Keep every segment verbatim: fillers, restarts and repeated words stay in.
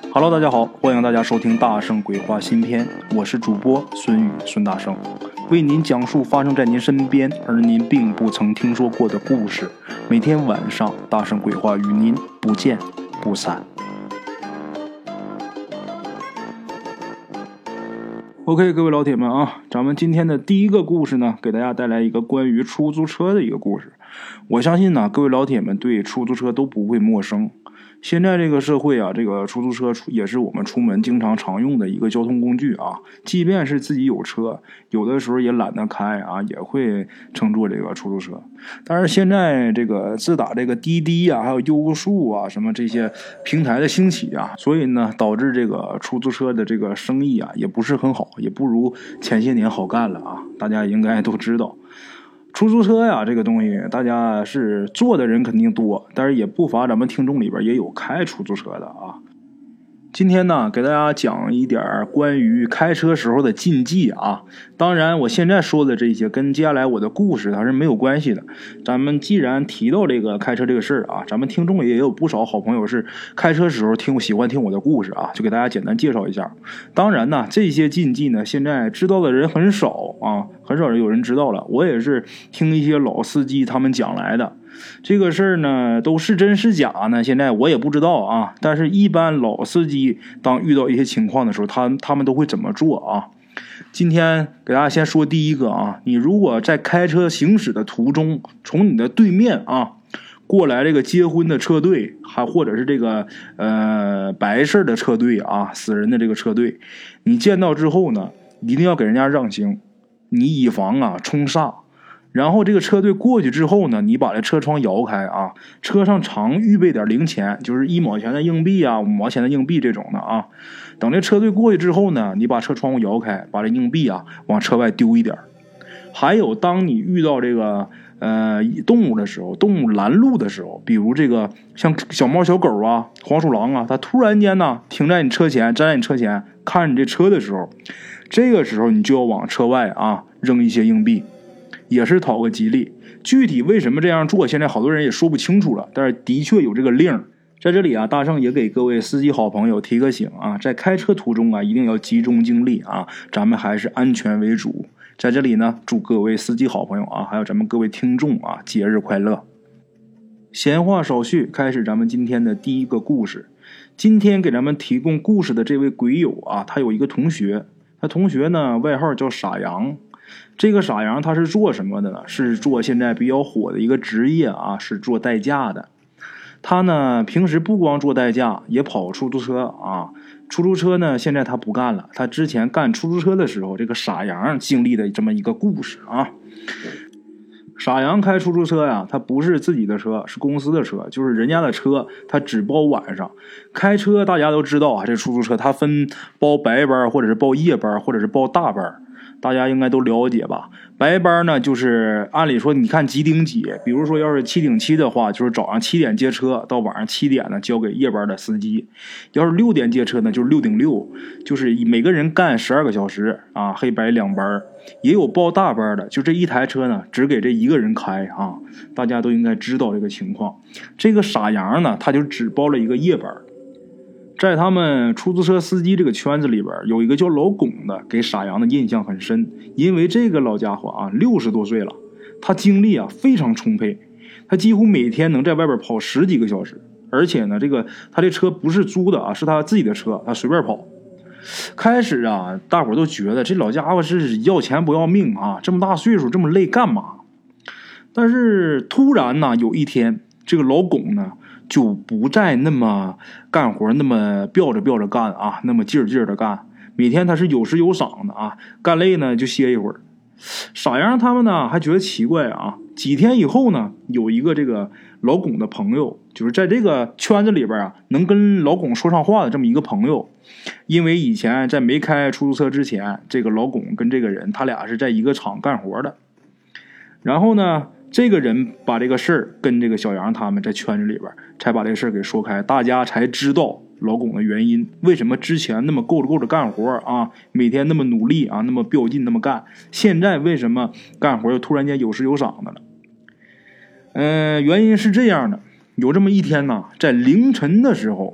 Hello， 大家好，欢迎大家收听大圣鬼话新篇，我是主播孙宇孙大圣，为您讲述发生在您身边而您并不曾听说过的故事。每天晚上大圣鬼话与您不见不散。OK， 各位老铁们啊，咱们今天的第一个故事呢，给大家带来一个关于出租车的一个故事。我相信呢，各位老铁们对出租车都不会陌生。现在这个社会啊，这个出租车也是我们出门经常常用的一个交通工具啊。即便是自己有车，有的时候也懒得开啊，也会乘坐这个出租车。但是现在这个自打这个滴滴啊，还有优速啊，什么这些平台的兴起啊，所以呢，导致这个出租车的这个生意啊，也不是很好，也不如前些年好干了啊。大家应该都知道。出租车呀，这个东西大家是坐的人肯定多，但是也不乏咱们听众里边也有开出租车的啊。今天呢，给大家讲一点关于开车时候的禁忌啊。当然，我现在说的这些跟接下来我的故事它是没有关系的。咱们既然提到这个开车这个事儿啊，咱们听众也有不少好朋友是开车时候听喜欢听我的故事啊，就给大家简单介绍一下。当然呢，这些禁忌呢，现在知道的人很少啊，很少有人知道了。我也是听一些老司机他们讲来的。这个事儿呢，都是真是假呢？现在我也不知道啊。但是，一般老司机当遇到一些情况的时候，他他们都会怎么做啊？今天给大家先说第一个啊，你如果在开车行驶的途中，从你的对面啊过来这个结婚的车队，还或者是这个呃白事的车队啊，死人的这个车队，你见到之后呢，一定要给人家让行，你以防啊冲煞。然后这个车队过去之后呢，你把这车窗摇开啊，车上常预备点零钱，就是一毛钱的硬币啊，五毛钱的硬币这种的啊。等这车队过去之后呢，你把车窗户摇开，把这硬币啊往车外丢一点。还有，当你遇到这个呃动物的时候，动物拦路的时候，比如这个像小猫、小狗啊、黄鼠狼啊，它突然间呢停在你车前，站在你车前看你这车的时候，这个时候你就要往车外啊扔一些硬币。也是讨个吉利，具体为什么这样做，现在好多人也说不清楚了，但是的确有这个令。在这里啊，大圣也给各位司机好朋友提个醒啊，在开车途中啊，一定要集中精力啊，咱们还是安全为主。在这里呢，祝各位司机好朋友啊，还有咱们各位听众啊，节日快乐。闲话少叙，开始咱们今天的第一个故事。今天给咱们提供故事的这位鬼友啊，他有一个同学，他同学呢外号叫傻羊。这个傻羊他是做什么的呢？是做现在比较火的一个职业啊，是做代驾的。他呢平时不光做代驾，也跑出租车啊。出租车呢现在他不干了，他之前干出租车的时候，这个傻羊经历的这么一个故事啊。傻羊开出租车呀，他不是自己的车，是公司的车，就是人家的车，他只包晚上。开车大家都知道啊，这出租车他分包白班，或者是包夜班，或者是包大班。大家应该都了解吧？白班呢，就是按理说，你看几顶几，比如说要是七顶七的话，就是早上七点接车，到晚上七点呢交给夜班的司机；要是六点接车呢，就是六顶六，就是每个人干十二个小时啊，黑白两班。也有包大班的，就这一台车呢，只给这一个人开啊。大家都应该知道这个情况。这个傻羊呢，他就只包了一个夜班。在他们出租车司机这个圈子里边，有一个叫老巩的，给傻羊的印象很深，因为这个老家伙啊，六十多岁了，他精力啊非常充沛，他几乎每天能在外边跑十几个小时，而且呢，这个他这车不是租的啊，是他自己的车，他随便跑。开始啊，大伙都觉得这老家伙是要钱不要命啊，这么大岁数这么累干嘛？但是突然呢，有一天，这个老巩呢，就不再那么干活，那么吊着吊着干啊，那么劲儿劲儿的干。每天他是有时有赏的啊，干累呢就歇一会儿。傻羊他们呢还觉得奇怪啊。几天以后呢，有一个这个老巩的朋友，就是在这个圈子里边啊，能跟老巩说上话的这么一个朋友。因为以前在没开出租车之前，这个老巩跟这个人他俩是在一个厂干活的。然后呢，这个人把这个事儿跟这个小杨他们在圈子里边才把这个事儿给说开，大家才知道老巩的原因，为什么之前那么够着够着干活啊，每天那么努力啊，那么飙劲那么干，现在为什么干活又突然间有时有赏的了。嗯、呃，原因是这样的，有这么一天呢，在凌晨的时候，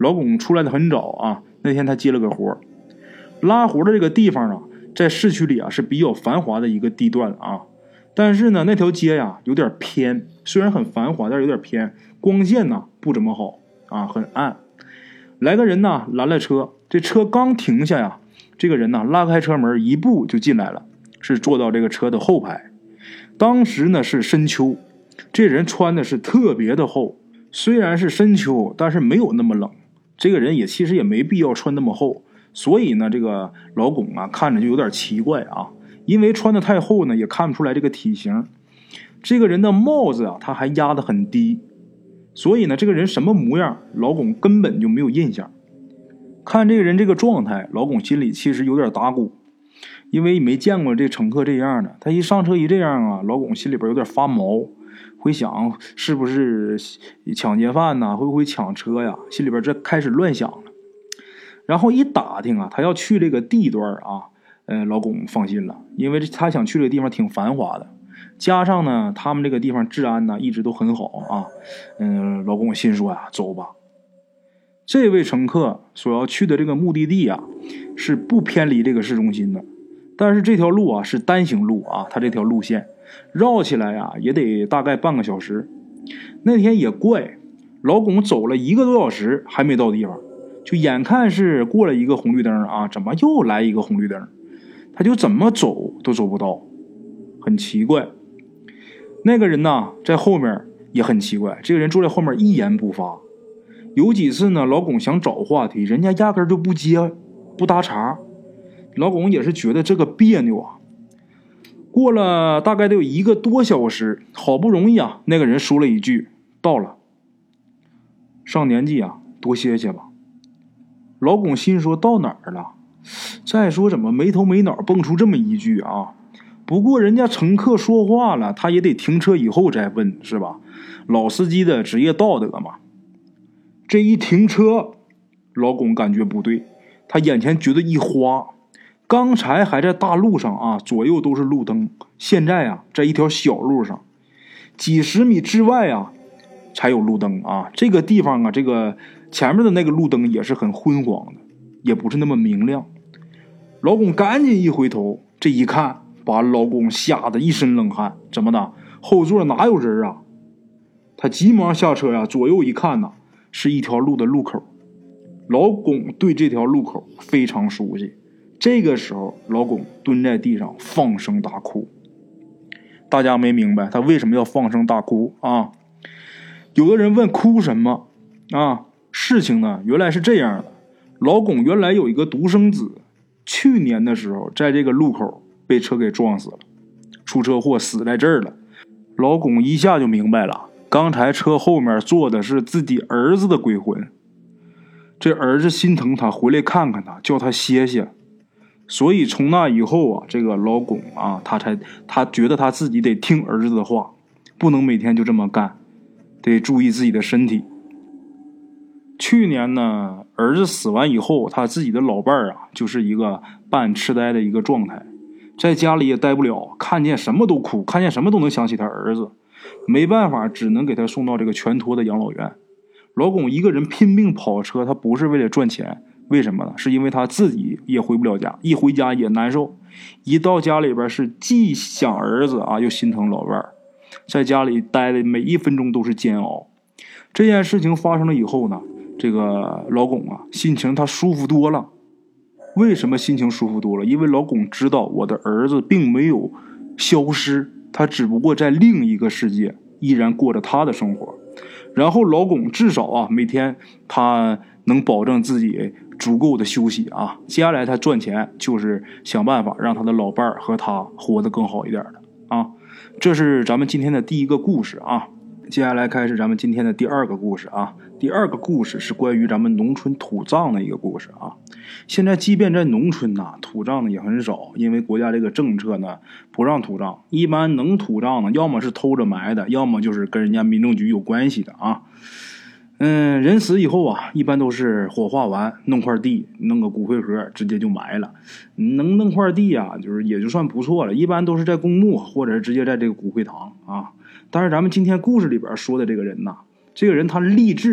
老巩出来的很早啊，那天他接了个活，拉活的这个地方啊，在市区里啊是比较繁华的一个地段啊。但是呢，那条街呀有点偏，虽然很繁华，但是有点偏，光线呢不怎么好啊，很暗。来个人呢拦了车，这车刚停下呀，这个人呢拉开车门，一步就进来了，是坐到这个车的后排。当时呢是深秋，这人穿的是特别的厚，虽然是深秋，但是没有那么冷。这个人也其实也没必要穿那么厚，所以呢，这个老巩啊看着就有点奇怪啊。因为穿的太厚呢，也看不出来这个体型。这个人的帽子啊，他还压得很低，所以呢，这个人什么模样，老巩根本就没有印象。看这个人这个状态，老巩心里其实有点打鼓，因为没见过这乘客这样的。他一上车一这样啊，老巩心里边有点发毛，会想是不是抢劫犯呢？会不会抢车呀？心里边这开始乱想了。然后一打听啊，他要去这个地段啊。呃，老巩放心了，因为他想去这个地方挺繁华的，加上呢，他们这个地方治安呢一直都很好啊。嗯、呃，老巩心说呀，走吧。这位乘客所要去的这个目的地啊，是不偏离这个市中心的，但是这条路啊是单行路啊，他这条路线绕起来呀、啊、也得大概半个小时。那天也怪，老巩走了一个多小时还没到地方，就眼看是过了一个红绿灯啊，怎么又来一个红绿灯？他就怎么走都走不到，很奇怪。那个人呢在后面也很奇怪，这个人坐在后面一言不发。有几次呢，老巩想找话题，人家压根就不接不搭茬。老巩也是觉得这个别扭啊。过了大概得有一个多小时，好不容易啊，那个人说了一句到了。上年纪啊，多歇歇吧。老巩心说到哪儿了？再说怎么没头没脑蹦出这么一句啊？不过人家乘客说话了，他也得停车以后再问，是吧？老司机的职业道德嘛。这一停车，老巩感觉不对，他眼前觉得一花。刚才还在大路上啊，左右都是路灯，现在啊，在一条小路上，几十米之外啊，才有路灯啊。这个地方啊，这个前面的那个路灯也是很昏黄的，也不是那么明亮。老巩赶紧一回头，这一看把老巩吓得一身冷汗。怎么的？后座哪有人啊？他急忙下车呀，左右一看呐，是一条路的路口。老巩对这条路口非常熟悉。这个时候老巩蹲在地上放声大哭。大家没明白他为什么要放声大哭啊？有的人问哭什么啊？事情呢原来是这样的，老巩原来有一个独生子，去年的时候在这个路口被车给撞死了，出车祸死在这儿了。老巩一下就明白了，刚才车后面坐的是自己儿子的鬼魂。这儿子心疼他，回来看看他，叫他歇歇。所以从那以后啊，这个老巩啊，他才他觉得他自己得听儿子的话，不能每天就这么干，得注意自己的身体。去年呢，儿子死完以后，他自己的老伴儿啊，就是一个半痴呆的一个状态，在家里也待不了，看见什么都哭，看见什么都能想起他儿子，没办法，只能给他送到这个全托的养老院。老巩一个人拼命跑车，他不是为了赚钱，为什么呢？是因为他自己也回不了家，一回家也难受，一到家里边是既想儿子啊，又心疼老伴儿，在家里待的每一分钟都是煎熬。这件事情发生了以后呢，这个老巩啊，心情他舒服多了。为什么心情舒服多了？因为老巩知道我的儿子并没有消失，他只不过在另一个世界依然过着他的生活。然后老巩至少啊，每天他能保证自己足够的休息啊。接下来他赚钱就是想办法让他的老伴儿和他活得更好一点的啊。这是咱们今天的第一个故事啊。接下来开始咱们今天的第二个故事啊。第二个故事是关于咱们农村土葬的一个故事啊。现在即便在农村呐、啊，土葬呢也很少，因为国家这个政策呢不让土葬，一般能土葬呢，要么是偷着埋的，要么就是跟人家民政局有关系的啊。嗯，人死以后啊，一般都是火化完，弄块地，弄个骨灰盒，直接就埋了。能弄块地啊，就是也就算不错了。一般都是在公墓，或者是直接在这个骨灰堂啊。但是咱们今天故事里边说的这个人呐，这个人他立志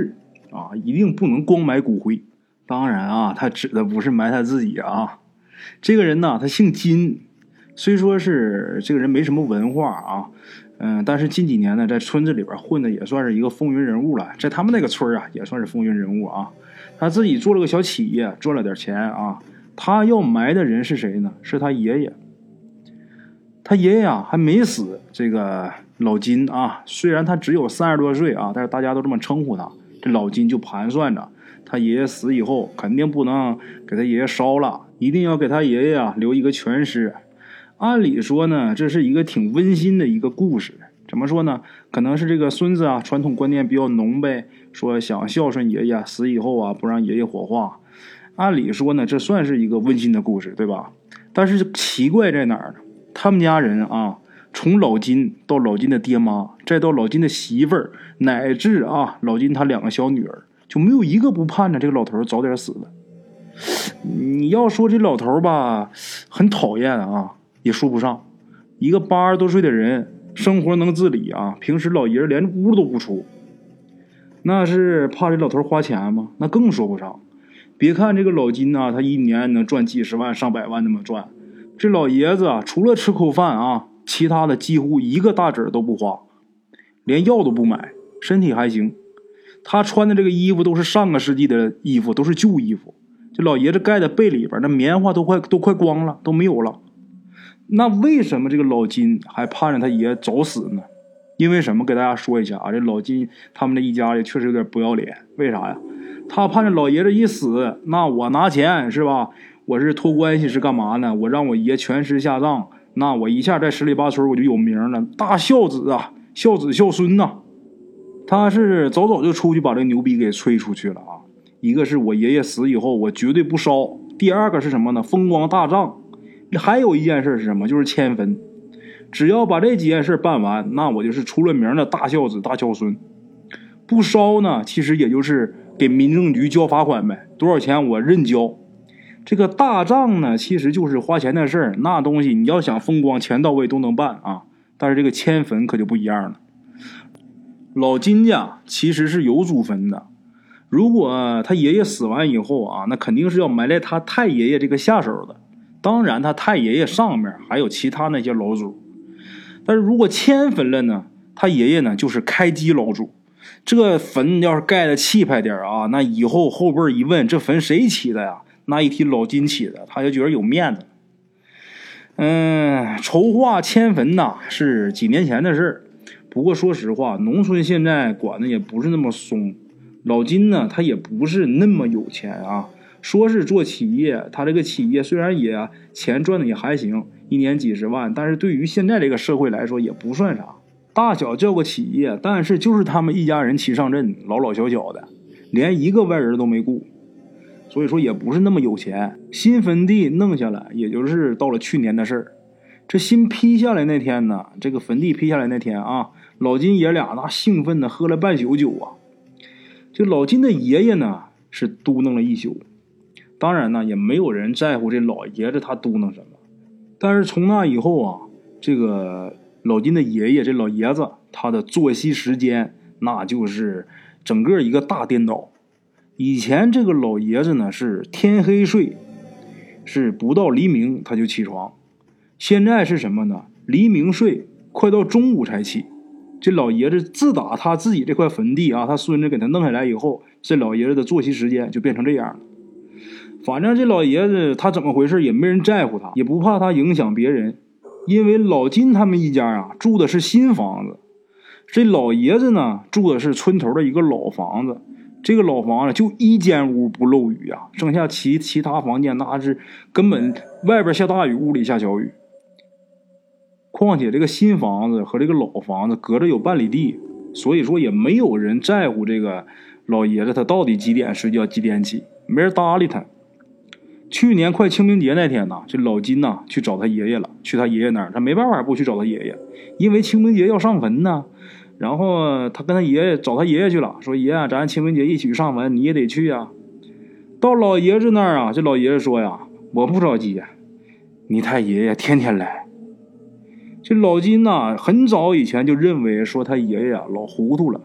啊，一定不能光埋骨灰。当然啊，他指的不是埋他自己啊。这个人呢，他姓金，虽说是这个人没什么文化啊，嗯，但是近几年呢，在村子里边混的也算是一个风云人物了，在他们那个村啊，也算是风云人物啊。他自己做了个小企业，赚了点钱啊。他要埋的人是谁呢？是他爷爷。他爷爷啊还没死，这个老金啊，虽然他只有三十多岁啊，但是大家都这么称呼他。这老金就盘算着，他爷爷死以后，肯定不能给他爷爷烧了，一定要给他爷爷啊留一个全尸。按理说呢，这是一个挺温馨的一个故事。怎么说呢？可能是这个孙子啊，传统观念比较浓呗，说想孝顺爷爷，死以后啊不让爷爷火化。按理说呢，这算是一个温馨的故事，对吧？但是奇怪在哪儿呢？他们家人啊，从老金到老金的爹妈，再到老金的媳妇儿，乃至啊老金他两个小女儿，就没有一个不盼着这个老头早点死的。你要说这老头吧，很讨厌啊，也说不上。一个八十多岁的人，生活能自理啊，平时老爷连屋都不出，那是怕这老头花钱吗？那更说不上。别看这个老金啊，他一年能赚几十万上百万那么赚，这老爷子啊，除了吃口饭啊，其他的几乎一个大子都不花，连药都不买，身体还行。他穿的这个衣服都是上个世纪的衣服，都是旧衣服。这老爷子盖的被里边那棉花都快都快光了，都没有了。那为什么这个老金还盼着他爷早死呢？因为什么？给大家说一下啊，这老金他们这一家里确实有点不要脸。为啥呀？他盼着老爷子一死，那我拿钱是吧？我是托关系是干嘛呢？我让我爷全尸下葬，那我一下在十里八村我就有名了，大孝子啊，孝子孝孙呐、啊。他是早早就出去把这个牛逼给吹出去了啊！一个是我爷爷死以后我绝对不烧，第二个是什么呢？风光大葬。还有一件事是什么？就是迁坟。只要把这几件事办完，那我就是出了名的大孝子大孝孙。不烧呢，其实也就是给民政局交罚款呗，多少钱我认交。这个大账呢，其实就是花钱的事儿，那东西你要想风光钱到位都能办啊。但是这个迁坟可就不一样了。老金家其实是有祖坟的，如果他爷爷死完以后啊，那肯定是要埋在他太爷爷这个下手的。当然他太爷爷上面还有其他那些老祖，但是如果迁坟了呢，他爷爷呢就是开基老祖。这个坟要是盖的气派点啊，那以后后辈一问这坟谁起的呀，那一提老金起的，他就觉得有面子。嗯，筹划迁坟呐是几年前的事儿，不过说实话，农村现在管的也不是那么松。老金呢，他也不是那么有钱啊。说是做企业，他这个企业虽然也钱赚的也还行，一年几十万，但是对于现在这个社会来说也不算啥。大小叫个企业，但是就是他们一家人齐上阵，老老小小的，连一个外人都没雇，所以说也不是那么有钱。新坟地弄下来，也就是到了去年的事儿。这新批下来那天呢，这个坟地批下来那天啊，老金爷俩那兴奋的喝了半宿酒啊。这老金的爷爷呢是嘟囔了一宿。当然呢，也没有人在乎这老爷子他嘟囔什么。但是从那以后啊，这个老金的爷爷，这老爷子他的作息时间那就是整个一个大颠倒。以前这个老爷子呢是天黑睡，是不到黎明他就起床。现在是什么呢？黎明睡，快到中午才起。这老爷子自打他自己这块坟地啊，他孙子给他弄下来以后，这老爷子的作息时间就变成这样了。反正这老爷子他怎么回事也没人在乎他，也不怕他影响别人。因为老金他们一家啊住的是新房子，这老爷子呢住的是村头的一个老房子。这个老房子就一间屋不漏雨啊，剩下其其他房间那是根本外边下大雨，屋里下小雨。况且这个新房子和这个老房子隔着有半里地，所以说也没有人在乎这个老爷子他到底几点睡觉几点起，没人搭理他。去年快清明节那天呢，这老金呢去找他爷爷了，去他爷爷那儿，他没办法不去找他爷爷，因为清明节要上坟呢。然后他跟他爷爷找他爷爷去了，说爷啊，咱清明节一起上坟，你也得去啊。到老爷子那儿啊，这老爷子说呀，我不着急呀，你太爷爷天天来。这老金呐、啊，很早以前就认为说他爷爷啊老糊涂了，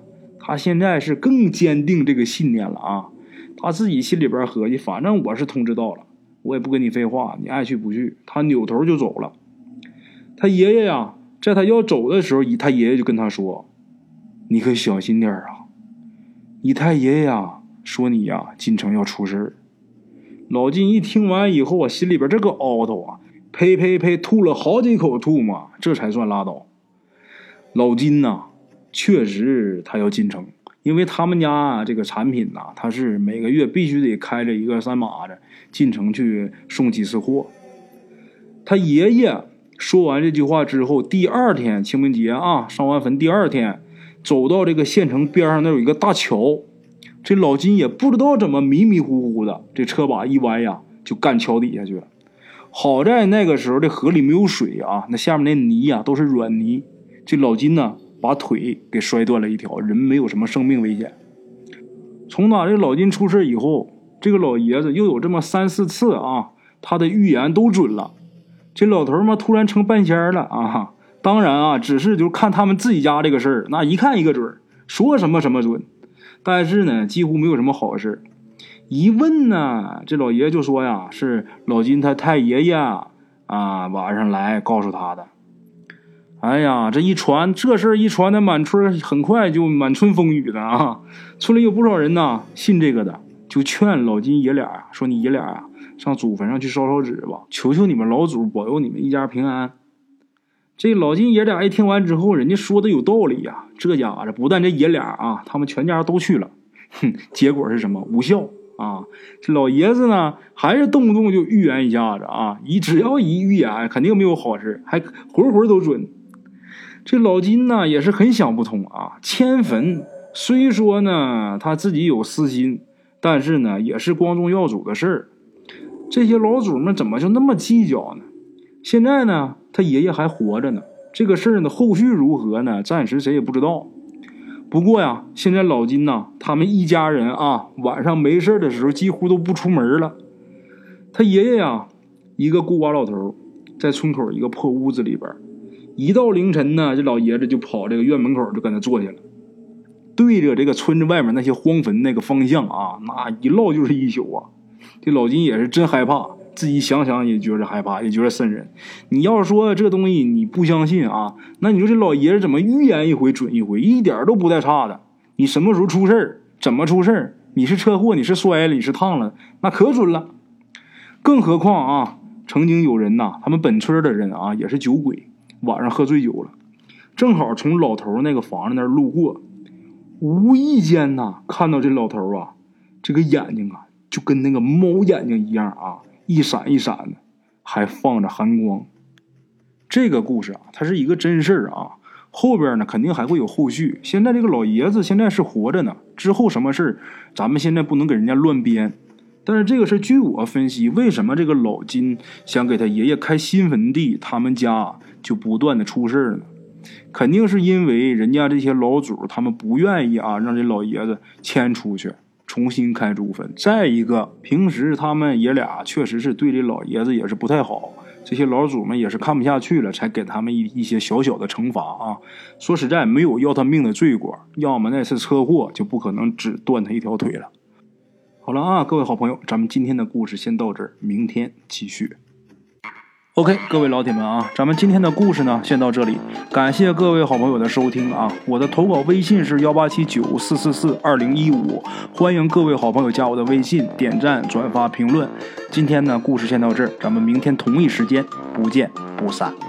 他现在是更坚定这个信念了啊。他自己心里边合计，反正我是通知到了，我也不跟你废话，你爱去不去。他扭头就走了。他爷爷呀，在他要走的时候，他爷爷就跟他说，你可小心点啊，你太爷爷呀说你呀进城要出事。老金一听完以后啊，心里边这个凹头啊，呸呸呸，吐了好几口吐沫，这才算拉倒。老金呐、啊，确实他要进城，因为他们家、啊、这个产品呐、啊，他是每个月必须得开着一个三马子进城去送几次货。他爷爷说完这句话之后，第二天清明节啊，上完坟第二天，走到这个县城边上那有一个大桥。这老金也不知道怎么迷迷糊糊的，这车把一弯呀，就干桥底下去了。好在那个时候这河里没有水啊，那下面那泥呀、啊、都是软泥。这老金呢，把腿给摔断了一条，人没有什么生命危险。从打这老金出事以后，这个老爷子又有这么三四次啊，他的预言都准了。这老头嘛，突然成半仙了啊！当然啊，只是就看他们自己家这个事儿，那一看一个准，说什么什么准。但是呢，几乎没有什么好事。一问呢，这老爷就说呀，是老金他太爷爷啊晚上来告诉他的。哎呀，这一传，这事儿一传的满村，很快就满村风雨的啊！村里有不少人呐信这个的，就劝老金爷俩说：“你爷俩啊，上祖坟上去烧烧纸吧，求求你们老祖保佑你们一家平安。”这老金爷俩一听完之后，人家说的有道理呀、啊，这家伙不但这爷俩啊，他们全家都去了，哼，结果是什么？无效啊！这老爷子呢，还是动不动就预言一下子啊，一只要一预言，肯定没有好事，还回回都准。这老金呢，也是很想不通啊，迁坟虽说呢他自己有私心，但是呢也是光宗耀祖的事儿，这些老祖们怎么就那么计较呢？现在呢，他爷爷还活着呢，这个事儿呢，后续如何呢？暂时谁也不知道。不过呀，现在老金呐，他们一家人啊，晚上没事的时候几乎都不出门了。他爷爷呀，一个孤寡老头，在村口一个破屋子里边，一到凌晨呢，这老爷子就跑这个院门口就搁那坐下了，对着这个村子外面那些荒坟那个方向啊，那一唠就是一宿啊。这老金也是真害怕。自己想想也觉着害怕，也觉着瘆人。你要是说这个东西你不相信啊，那你说这老爷子怎么预言一回准一回，一点都不带差的。你什么时候出事儿，怎么出事儿，你是车祸，你是摔了，你是烫了，那可准了。更何况啊，曾经有人呐，他们本村的人啊也是酒鬼，晚上喝醉酒了，正好从老头那个房子那儿路过，无意间呐看到这老头啊，这个眼睛啊就跟那个猫眼睛一样啊，一闪一闪的，还放着寒光。这个故事啊，它是一个真事儿啊，后边呢肯定还会有后续。现在这个老爷子现在是活着呢，之后什么事儿，咱们现在不能给人家乱编。但是这个事据我分析，为什么这个老金想给他爷爷开新坟地，他们家就不断的出事呢？肯定是因为人家这些老祖他们不愿意啊，让这老爷子迁出去。重新开祖坟。再一个，平时他们爷俩确实是对这老爷子也是不太好，这些老祖们也是看不下去了，才给他们一一些小小的惩罚啊。说实在，没有要他命的罪过，要么那次车祸就不可能只断他一条腿了。好了啊，各位好朋友，咱们今天的故事先到这儿，明天继续。OK， 各位老铁们啊，咱们今天的故事呢先到这里，感谢各位好朋友的收听啊！我的投稿微信是幺八七九四四四二零一五，欢迎各位好朋友加我的微信，点赞、转发、评论。今天呢故事先到这儿，咱们明天同一时间不见不散。